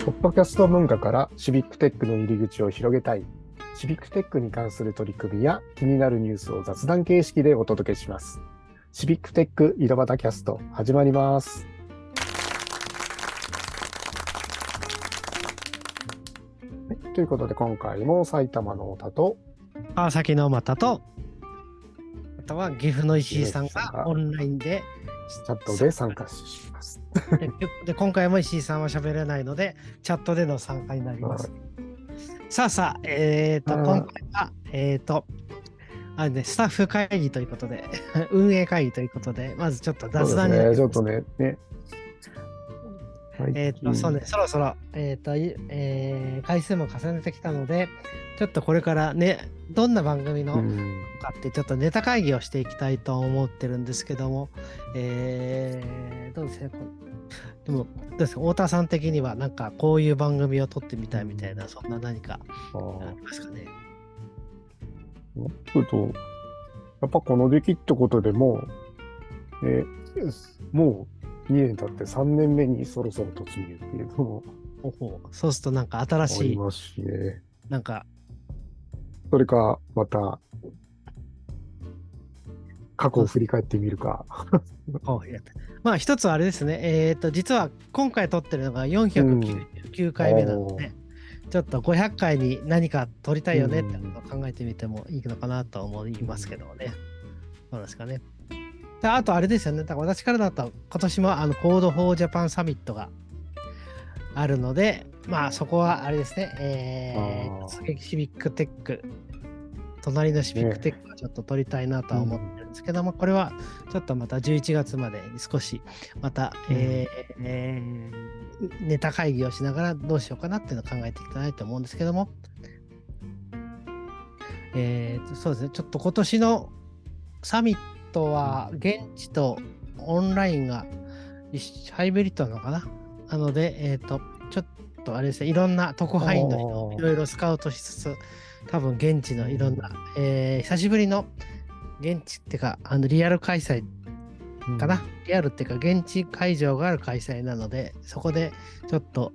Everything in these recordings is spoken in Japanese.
ポッドキャスト文化からシビックテックの入り口を広げたい。シビックテックに関する取り組みや気になるニュースを雑談形式でお届けします。シビックテック井戸端キャスト始まります。はい、ということで今回も埼玉の太田と川崎の又と、あとは岐阜の石井さんがオンラインでチャットで参加します。 で今回も石井さんは喋れないので、チャットでの参加になります。さあ、今回は、あれね、スタッフ会議ということで、運営会議ということで、まずちょっと雑談になります。 ちょっとね。 そうね、そろそろ、回数も重ねてきたので、ちょっとこれからね、どんな番組のかって、ちょっとネタ会議をしていきたいと思ってるんですけども、どうですね、でも、どうですか、太田さん的には、なんかこういう番組を撮ってみたいみたいな、そんな何かありますかね。 やっぱこの時期ってことでもう、もう2年経って3年目にそろそろ突入っていうのもそうするとなんか新しい、 ありますしね。 なんか、 それかまた過去を振り返ってみるか。 まあ一つはあれですね、実は今回撮ってるのが499回目なので、ちょっと500回に何か撮りたいよねってことを考えてみてもいいのかなと思いますけどね。どうですかね。で、あとあれですよね、だから私からだと今年もCode for Japan サミットがあるので、まあそこはあれですね、シビックテック、隣のシビックテックはちょっと撮りたいなとは思ってるんですけども、これはちょっとまた11月までに少しまた、ネタ会議をしながらどうしようかなっていうのを考えていきたいと思うんですけども、そうですね、ちょっと今年のサミットは現地とオンラインがハイブリッドなのかな。なので、ちょっとあれですね、いろんな特派員の人をいろいろスカウトしつつ、多分現地のいろんな、久しぶりの現地っていうか、リアル開催かな、リアルっていうか、現地会場がある開催なので、そこでちょっと、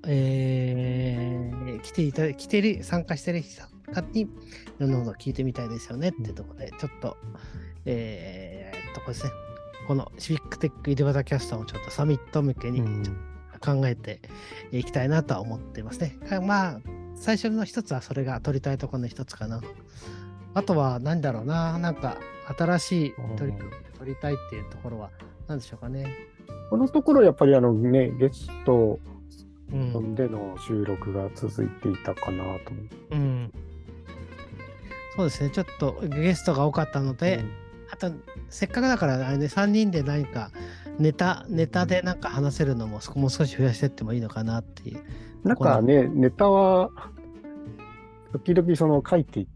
参加してる人にいろんなことを聞いてみたいですよねっていうところで、ちょっと、これですね、このシビックテック井戸端キャストをちょっとサミット向けに考えていきたいなとは思ってますね。まあ、最初の一つはそれが取りたいところの一つかな。あとは何だろうな、なんか新しい取り組みを取りたいっていうところは何でしょうかね。 このところやっぱりゲストでの収録が続いていたかなと思う。 そうですね、ちょっとゲストが多かったので、あとせっかくだからあれね、3人で何かネタでなんか話せるのももう少し増やしていってもいいのかなっていう。 なんかね、ネタは時々書いていって、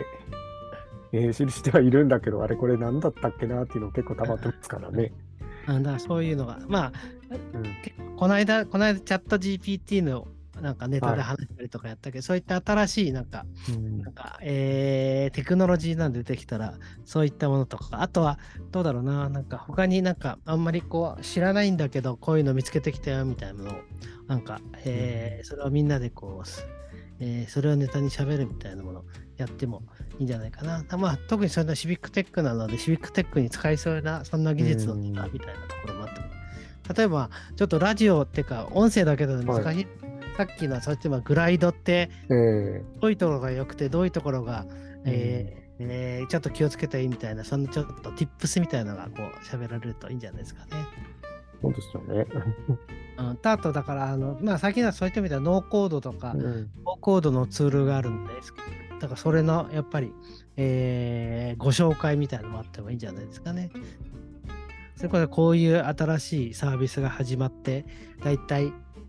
記してはいるんだけど、あれこれ何だったっけなっていうの結構溜まってますからね。 だからそういうのが、まあ、この間チャット GPT のなんかネタで話したりとかやったけど、そういった新しいなんかテクノロジーなんで出てきたら、そういったものとか、あとはどうだろうな、なんか他になんかあんまりこう知らないんだけど、こういうの見つけてきたよみたいなのを、なんか、それをみんなでこう、それをネタに喋るみたいなものをやってもいいんじゃないかな。まあ、特にそれはシビックテックなので、シビックテックに使いそうな、そんな技術のネタみたいなところもあっても、例えば、ちょっとラジオっていうか、音声だけだと難しい。さっきの、そういグライドって、どういうところが良くて、どういうところが、ちょっと気をつけていいみたいな、そのちょっと tips みたいなのがこう喋られるといいんじゃないですかね。 そうですよね。 あと、だから、まあ、最近はそういった意味ではノーコードとか、ノーコードのツールがあるんで、だからそれのやっぱり、ご紹介みたいなのもあってもいいんじゃないですかね。それこそこういう新しいサービスが始まって、だいたい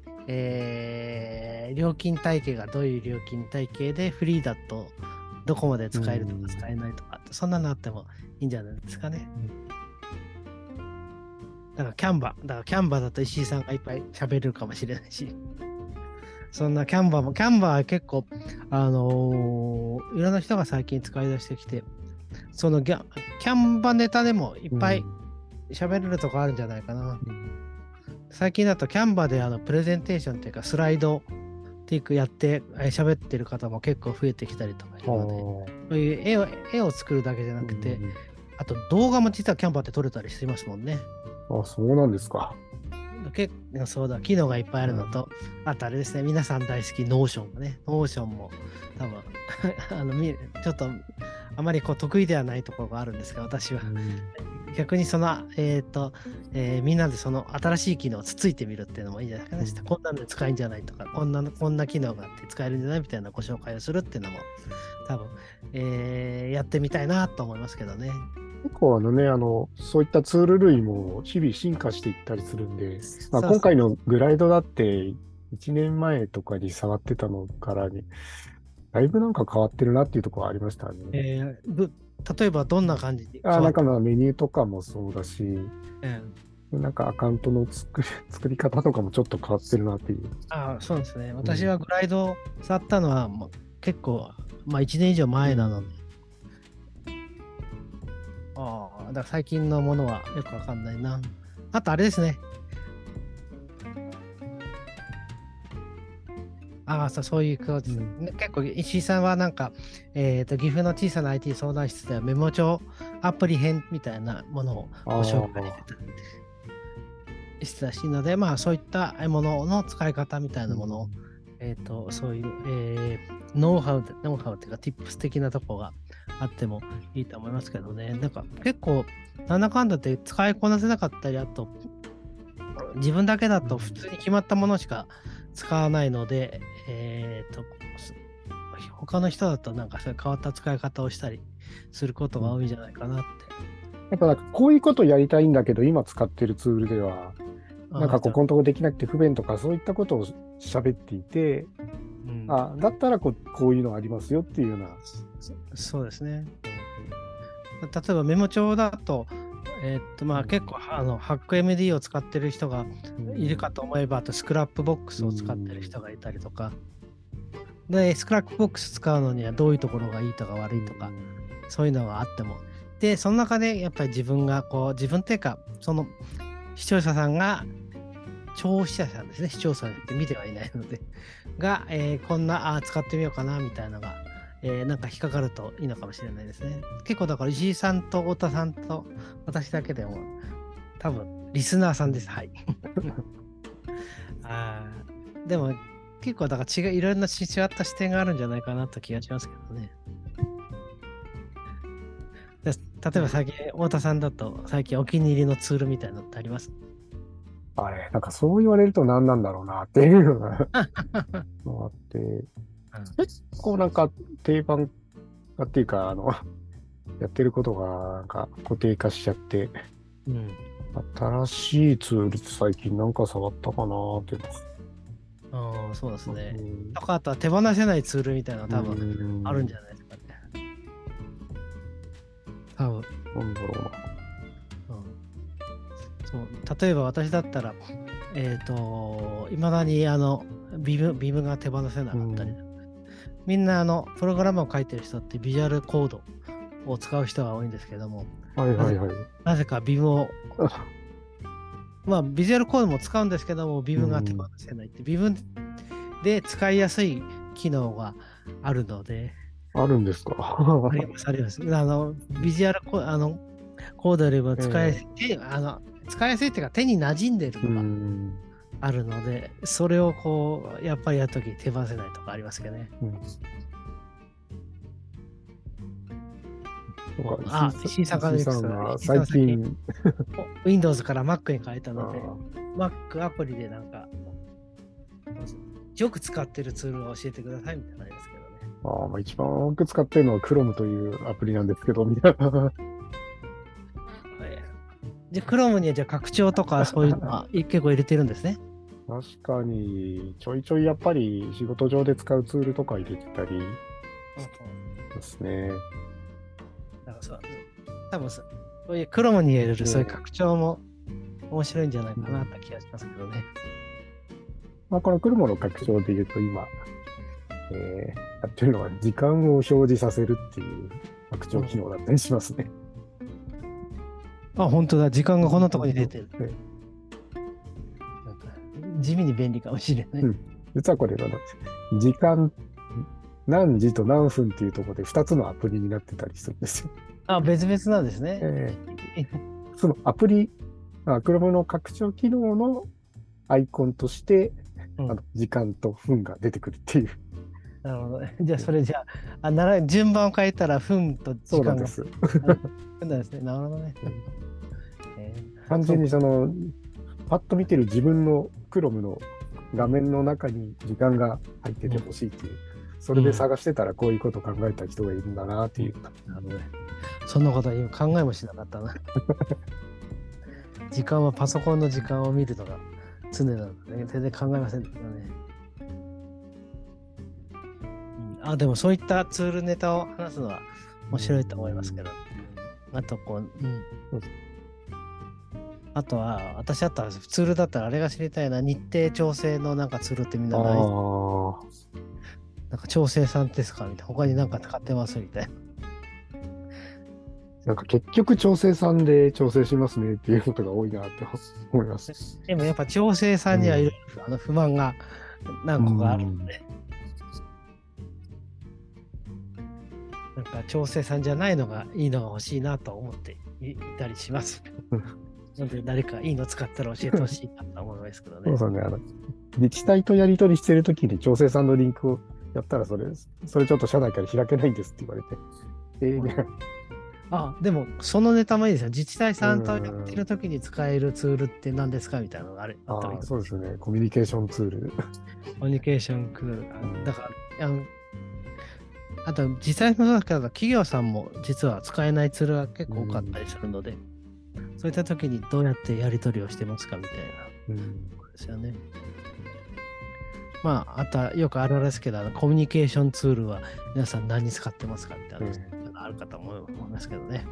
料金体系がどういう料金体系でフリーだとどこまで使えるとか使えないとか、そんなのあってもいいんじゃないですかね。だからキャンバだと石井さんがいっぱい喋れるかもしれないし、そんなキャンバは結構いろんな人が最近使い出してきて、そのキャンバネタでもいっぱい喋れるとこあるんじゃないかな。最近だとキャンバでプレゼンテーションっていうかスライドテイクやって喋ってる方も結構増えてきたりとかいるので、そういう絵を作るだけじゃなくて、あと動画も実はキャンバーって撮れたりしてますもんね。 あ、そうなんですか。 そうだ、機能がいっぱいあるのと、あとあれですね、皆さん大好きノーションがね、ノーションも多分ちょっとあまりこう得意ではないところがあるんですが、私は。逆にその、みんなでその新しい機能をつついてみるっていうのもいいんじゃないかな。こんなので使えるんじゃないとか、こんな機能があって使えるんじゃないみたいなご紹介をするっていうのも、多分、やってみたいなと思いますけどね。 結構そういったツール類も日々進化していったりするんで、今回のグライドだって1年前とかに触ってたのからに、だいぶなんか変わってるなっていうところはありましたね。 例えばどんな感じになんかメニューとかもそうだし、なんかアカウントの作り方とかもちょっと変わってるなっていう。 そうですね。私はグライド触ったのは結構、1年以上前なので、だから最近のものはよくわかんないな。あとあれですね。そういうことですね。結構石井さんはなんか、岐阜の小さな IT 相談室ではメモ帳アプリ編みたいなものをご紹介してたらしいので、そういったものの使い方みたいなものを、そういう、ノウハウっていうか、tips 的なとこがあってもいいと思いますけどね。なんか結構、なんだかんだって使いこなせなかったり、あと、自分だけだと普通に決まったものしか使わないので、他の人だとなんかそういう変わった使い方をしたりすることが多いんじゃないかなって。 やっぱなんかこういうことをやりたいんだけど、今使ってるツールでは、なんかここのとこできなくて不便とかそういったことを喋っていて、だったらこういうのありますよっていうような。 そうですね。例えばメモ帳だと、結構ハック MD を使ってる人がいるかと思えば、あとスクラップボックスを使ってる人がいたりとか、で、スクラップボックス使うのにはどういうところがいいとか悪いとか、そういうのがあっても。で、その中でやっぱり自分っていうか、その視聴者さんが、聴視者さんですね、視聴者って見てはいないので、が、こんな、使ってみようかなみたいなのが、なんか引っかかるといいのかもしれないですね。結構だから石井さんと太田さんと私だけでも多分リスナーさんです。はい。でも結構だからいろんな違った視点があるんじゃないかなと気がしますけどね。例えば最近太田さんだと最近お気に入りのツールみたいなのってあります？ なんかそう言われると何なんだろうなっていうのがあって、結構なんか定番化っていうか、やってることがなんか固定化しちゃって、新しいツールって最近なんか触ったかなっていうの。 そうですね。とかあとは手放せないツールみたいなの多分あるんじゃないですかね。多分。 なんだろうな。 例えば私だったら、いまだにビムが手放せなかったり、みんなプログラムを書いてる人ってビジュアルコードを使う人が多いんですけども、なぜかビムを、ビジュアルコードも使うんですけども、ビムが手放せないって、ビムで使いやすい機能があるので。 あるんですか？ あります、あります。ビジュアルコードよりも使いやすい、使いやすいっていうか手に馴染んでるのがあるので、それをやっぱりやるとき手放せないとかありますけどね。石井さんが最近 Windows から Mac に変えたので、Mac アプリでなんかよく使ってるツールを教えてくださいみたいなのありますけどね。 一番多く使ってるのは Chrome というアプリなんですけど、みたいな。 じゃあ Chrome にはじゃあ拡張とかそういうのは結構入れてるんですね。 確かに、ちょいちょいやっぱり仕事上で使うツールとか入れてたりですね。 だから多分そういう Chrome に入れるそういう拡張も面白いんじゃないかなって気がしますけどね。 この Chrome の拡張で言うと今、やってるのは時間を表示させるっていう拡張機能だったりしますね。 本当だ。時間がこんなところに出てる。なんか地味に便利かもしれない。 実はこれ時間、何時と何分っていうところで2つのアプリになってたりするんですよ。 あ、別々なんですね。 そのアプリ、Chrome の拡張機能のアイコンとして、時間と分が出てくるっていう。 なるほどね。じゃあ、それじゃ順番を変えたら分と時間が。 そうなんですね。なるほどね。 単純にパッと見てる自分の Chrome の画面の中に時間が入っててほしいっていう。それで探してたらこういうことを考えた人がいるんだなっていう。 なるほどね。そんなことは今考えもしなかったな。時間はパソコンの時間を見るのが常なので、全然考えませんでしたね。でもそういったツールネタを話すのは面白いと思いますけど。あとあとは、私だったらツールだったらあれが知りたいな。日程調整のなんかツールってみんなない？なんか調整さんですかみたいな。他になんか使ってますみたいな。 なんか結局調整さんで調整しますねっていうことが多いなって思います。 でもやっぱ調整さんにはいろいろ不満が何個かあるので、なんか調整さんじゃないのがいいのが欲しいなと思っていたりします。なので誰かいいの使ったら教えてほしいなと思いますけどね。 そうですね。自治体とやり取りしてるときに調整さんのリンクをやったらそれちょっと社内から開けないんですって言われて。 でもそのネタもいいですよ。自治体さんとやってるときに使えるツールって何ですかみたいなのがあったり。 そうですね。コミュニケーションツール。 コミュニケーションツール。だからあと実際の企業さんも実は使えないツールが結構多かったりするので、そういったときにどうやってやり取りをしてますかみたいなことですよね。あとはよくあるあるですけど、コミュニケーションツールは皆さん何に使ってますかみたいなのがあるかと思いますけどね。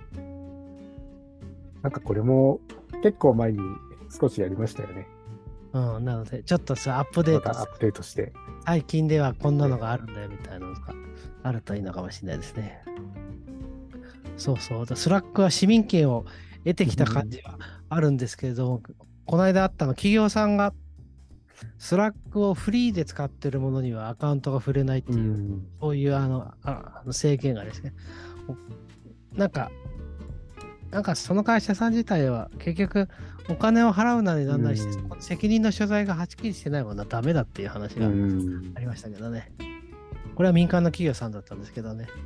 なんかこれも結構前に少しやりましたよね。 なので、ちょっとアップデートして。 最近ではこんなのがあるんだよみたいなのがあるといいのかもしれないですね。そうそう。スラックは市民権を得てきた感じはあるんですけれども、この間あったの、企業さんがスラックをフリーで使っているものにはアカウントが触れないっていう、そういう制限がですね。なんかその会社さん自体は結局お金を払うなりなんなりして、責任の所在がはっきりしてないものはダメだっていう話がありましたけどね。これは民間の企業さんだったんですけどね。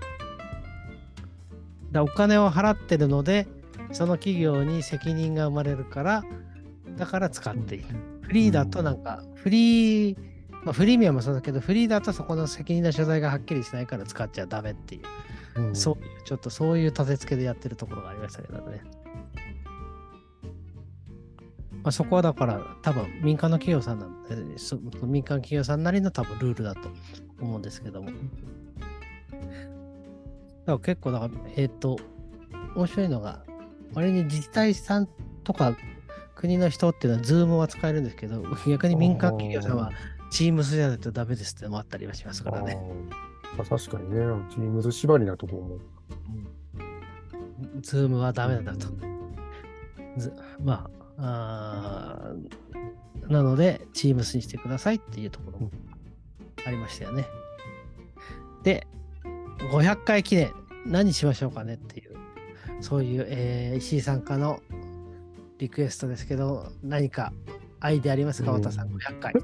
お金を払ってるので、その企業に責任が生まれるから、だから使っている。フリーだとフリーミアムもそうだけど、フリーだとそこの責任の所在がはっきりしないから使っちゃダメっていう、そういう立て付けでやってるところがありましたけどね。そこはだから多分民間の企業さんなんで、民間企業さんなりの多分ルールだと思うんですけども。だから結構面白いのが、割に自治体さんとか国の人っていうのは Zoom は使えるんですけど、逆に民間企業さんは Teams じゃないとダメですってのもあったりはしますからね。 確かにね、Teams 縛りなところも。 Zoom はダメだと。なので Teams にしてくださいっていうところもありましたよね。で、500回記念何しましょうかねっていう、そういう、石井さんからのリクエストですけど、何かアイデアありますか、太田さん。500回。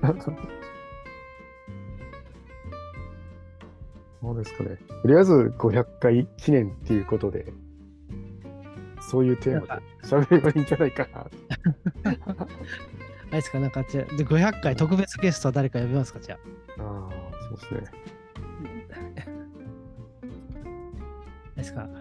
そうですかね。とりあえず500回記念っていうことで、そういうテーマで喋ればいいんじゃないかな。 あれですか、で500回特別ゲストは誰か呼びますか、じゃあ。 そうですね。 ですか、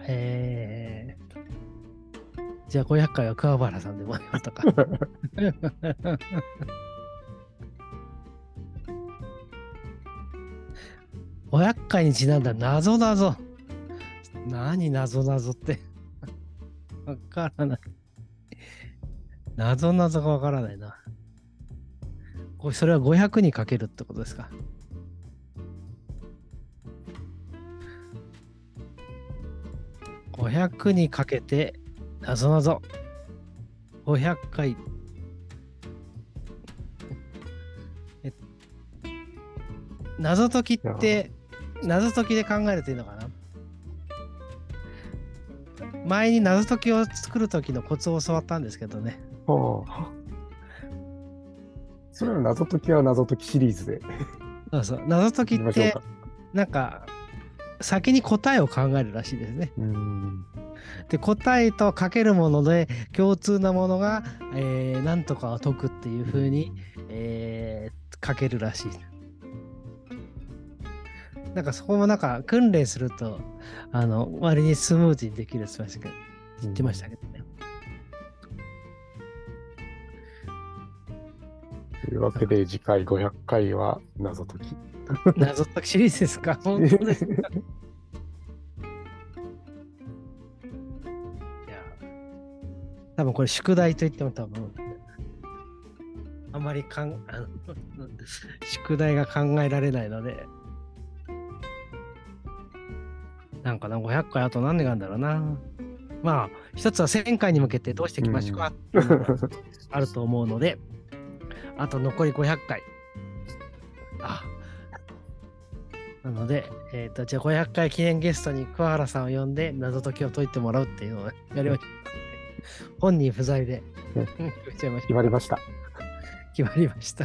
じゃあ500回は桑原さんでもらいますとか。500回にちなんだ謎。何謎って。わからない。謎がわからないな。それは500にかけるってことですか。500にかけて謎。500回。 謎解きって、謎解きで考えるといいのかな。前に謎解きを作る時のコツを教わったんですけどね。 はあ、それは謎解きは謎解きシリーズで。 そうそう。謎解きって、なんか、先に答えを考えるらしいですね。で、答えとかけるもので共通なものが、なんとかを解くっていう風に、かけるらしい。なんかそこもなんか訓練すると、割にスムーズにできるって言ってましたけどね。 というわけで次回500回は謎解き。 謎解きシリーズですか？本当ですか？いや、多分これ宿題と言っても多分、あんまり宿題が考えられないので、なんかな、500回あと何年があるんだろうな。まあ、一つは1000回に向けてどうしていきましょうかっていうのがあると思うので、あと残り500回。なので、じゃあ500回記念ゲストに桑原さんを呼んで謎解きを解いてもらうっていうのをやりましょう。本人不在で決まりました。 決まりました。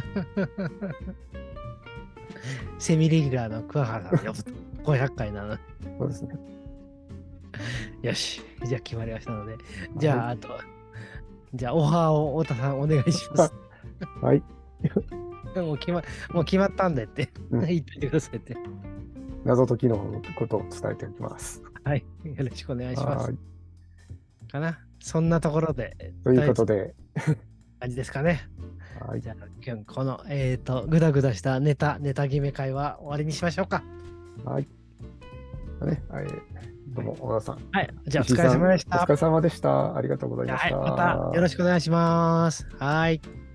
セミレギュラーの桑原さんを呼ぶと500回なので。 そうですね。 よし。じゃあ決まりましたので。じゃあ、じゃあオファーを太田さんお願いします。 はい。 もう決まったんでって言っておいてくださいって。 謎解きのことを伝えておきます。 はい。よろしくお願いします。かな。そんなところで。 ということで。 感じですかね。 はい。 じゃあ、今日この、ぐだぐだしたネタ決め会は終わりにしましょうか。 はい。ね、どうも、小田さん。 はい。じゃあ、お疲れ様でした。 お疲れ様でした。ありがとうございました。 はい。またよろしくお願いします。はい。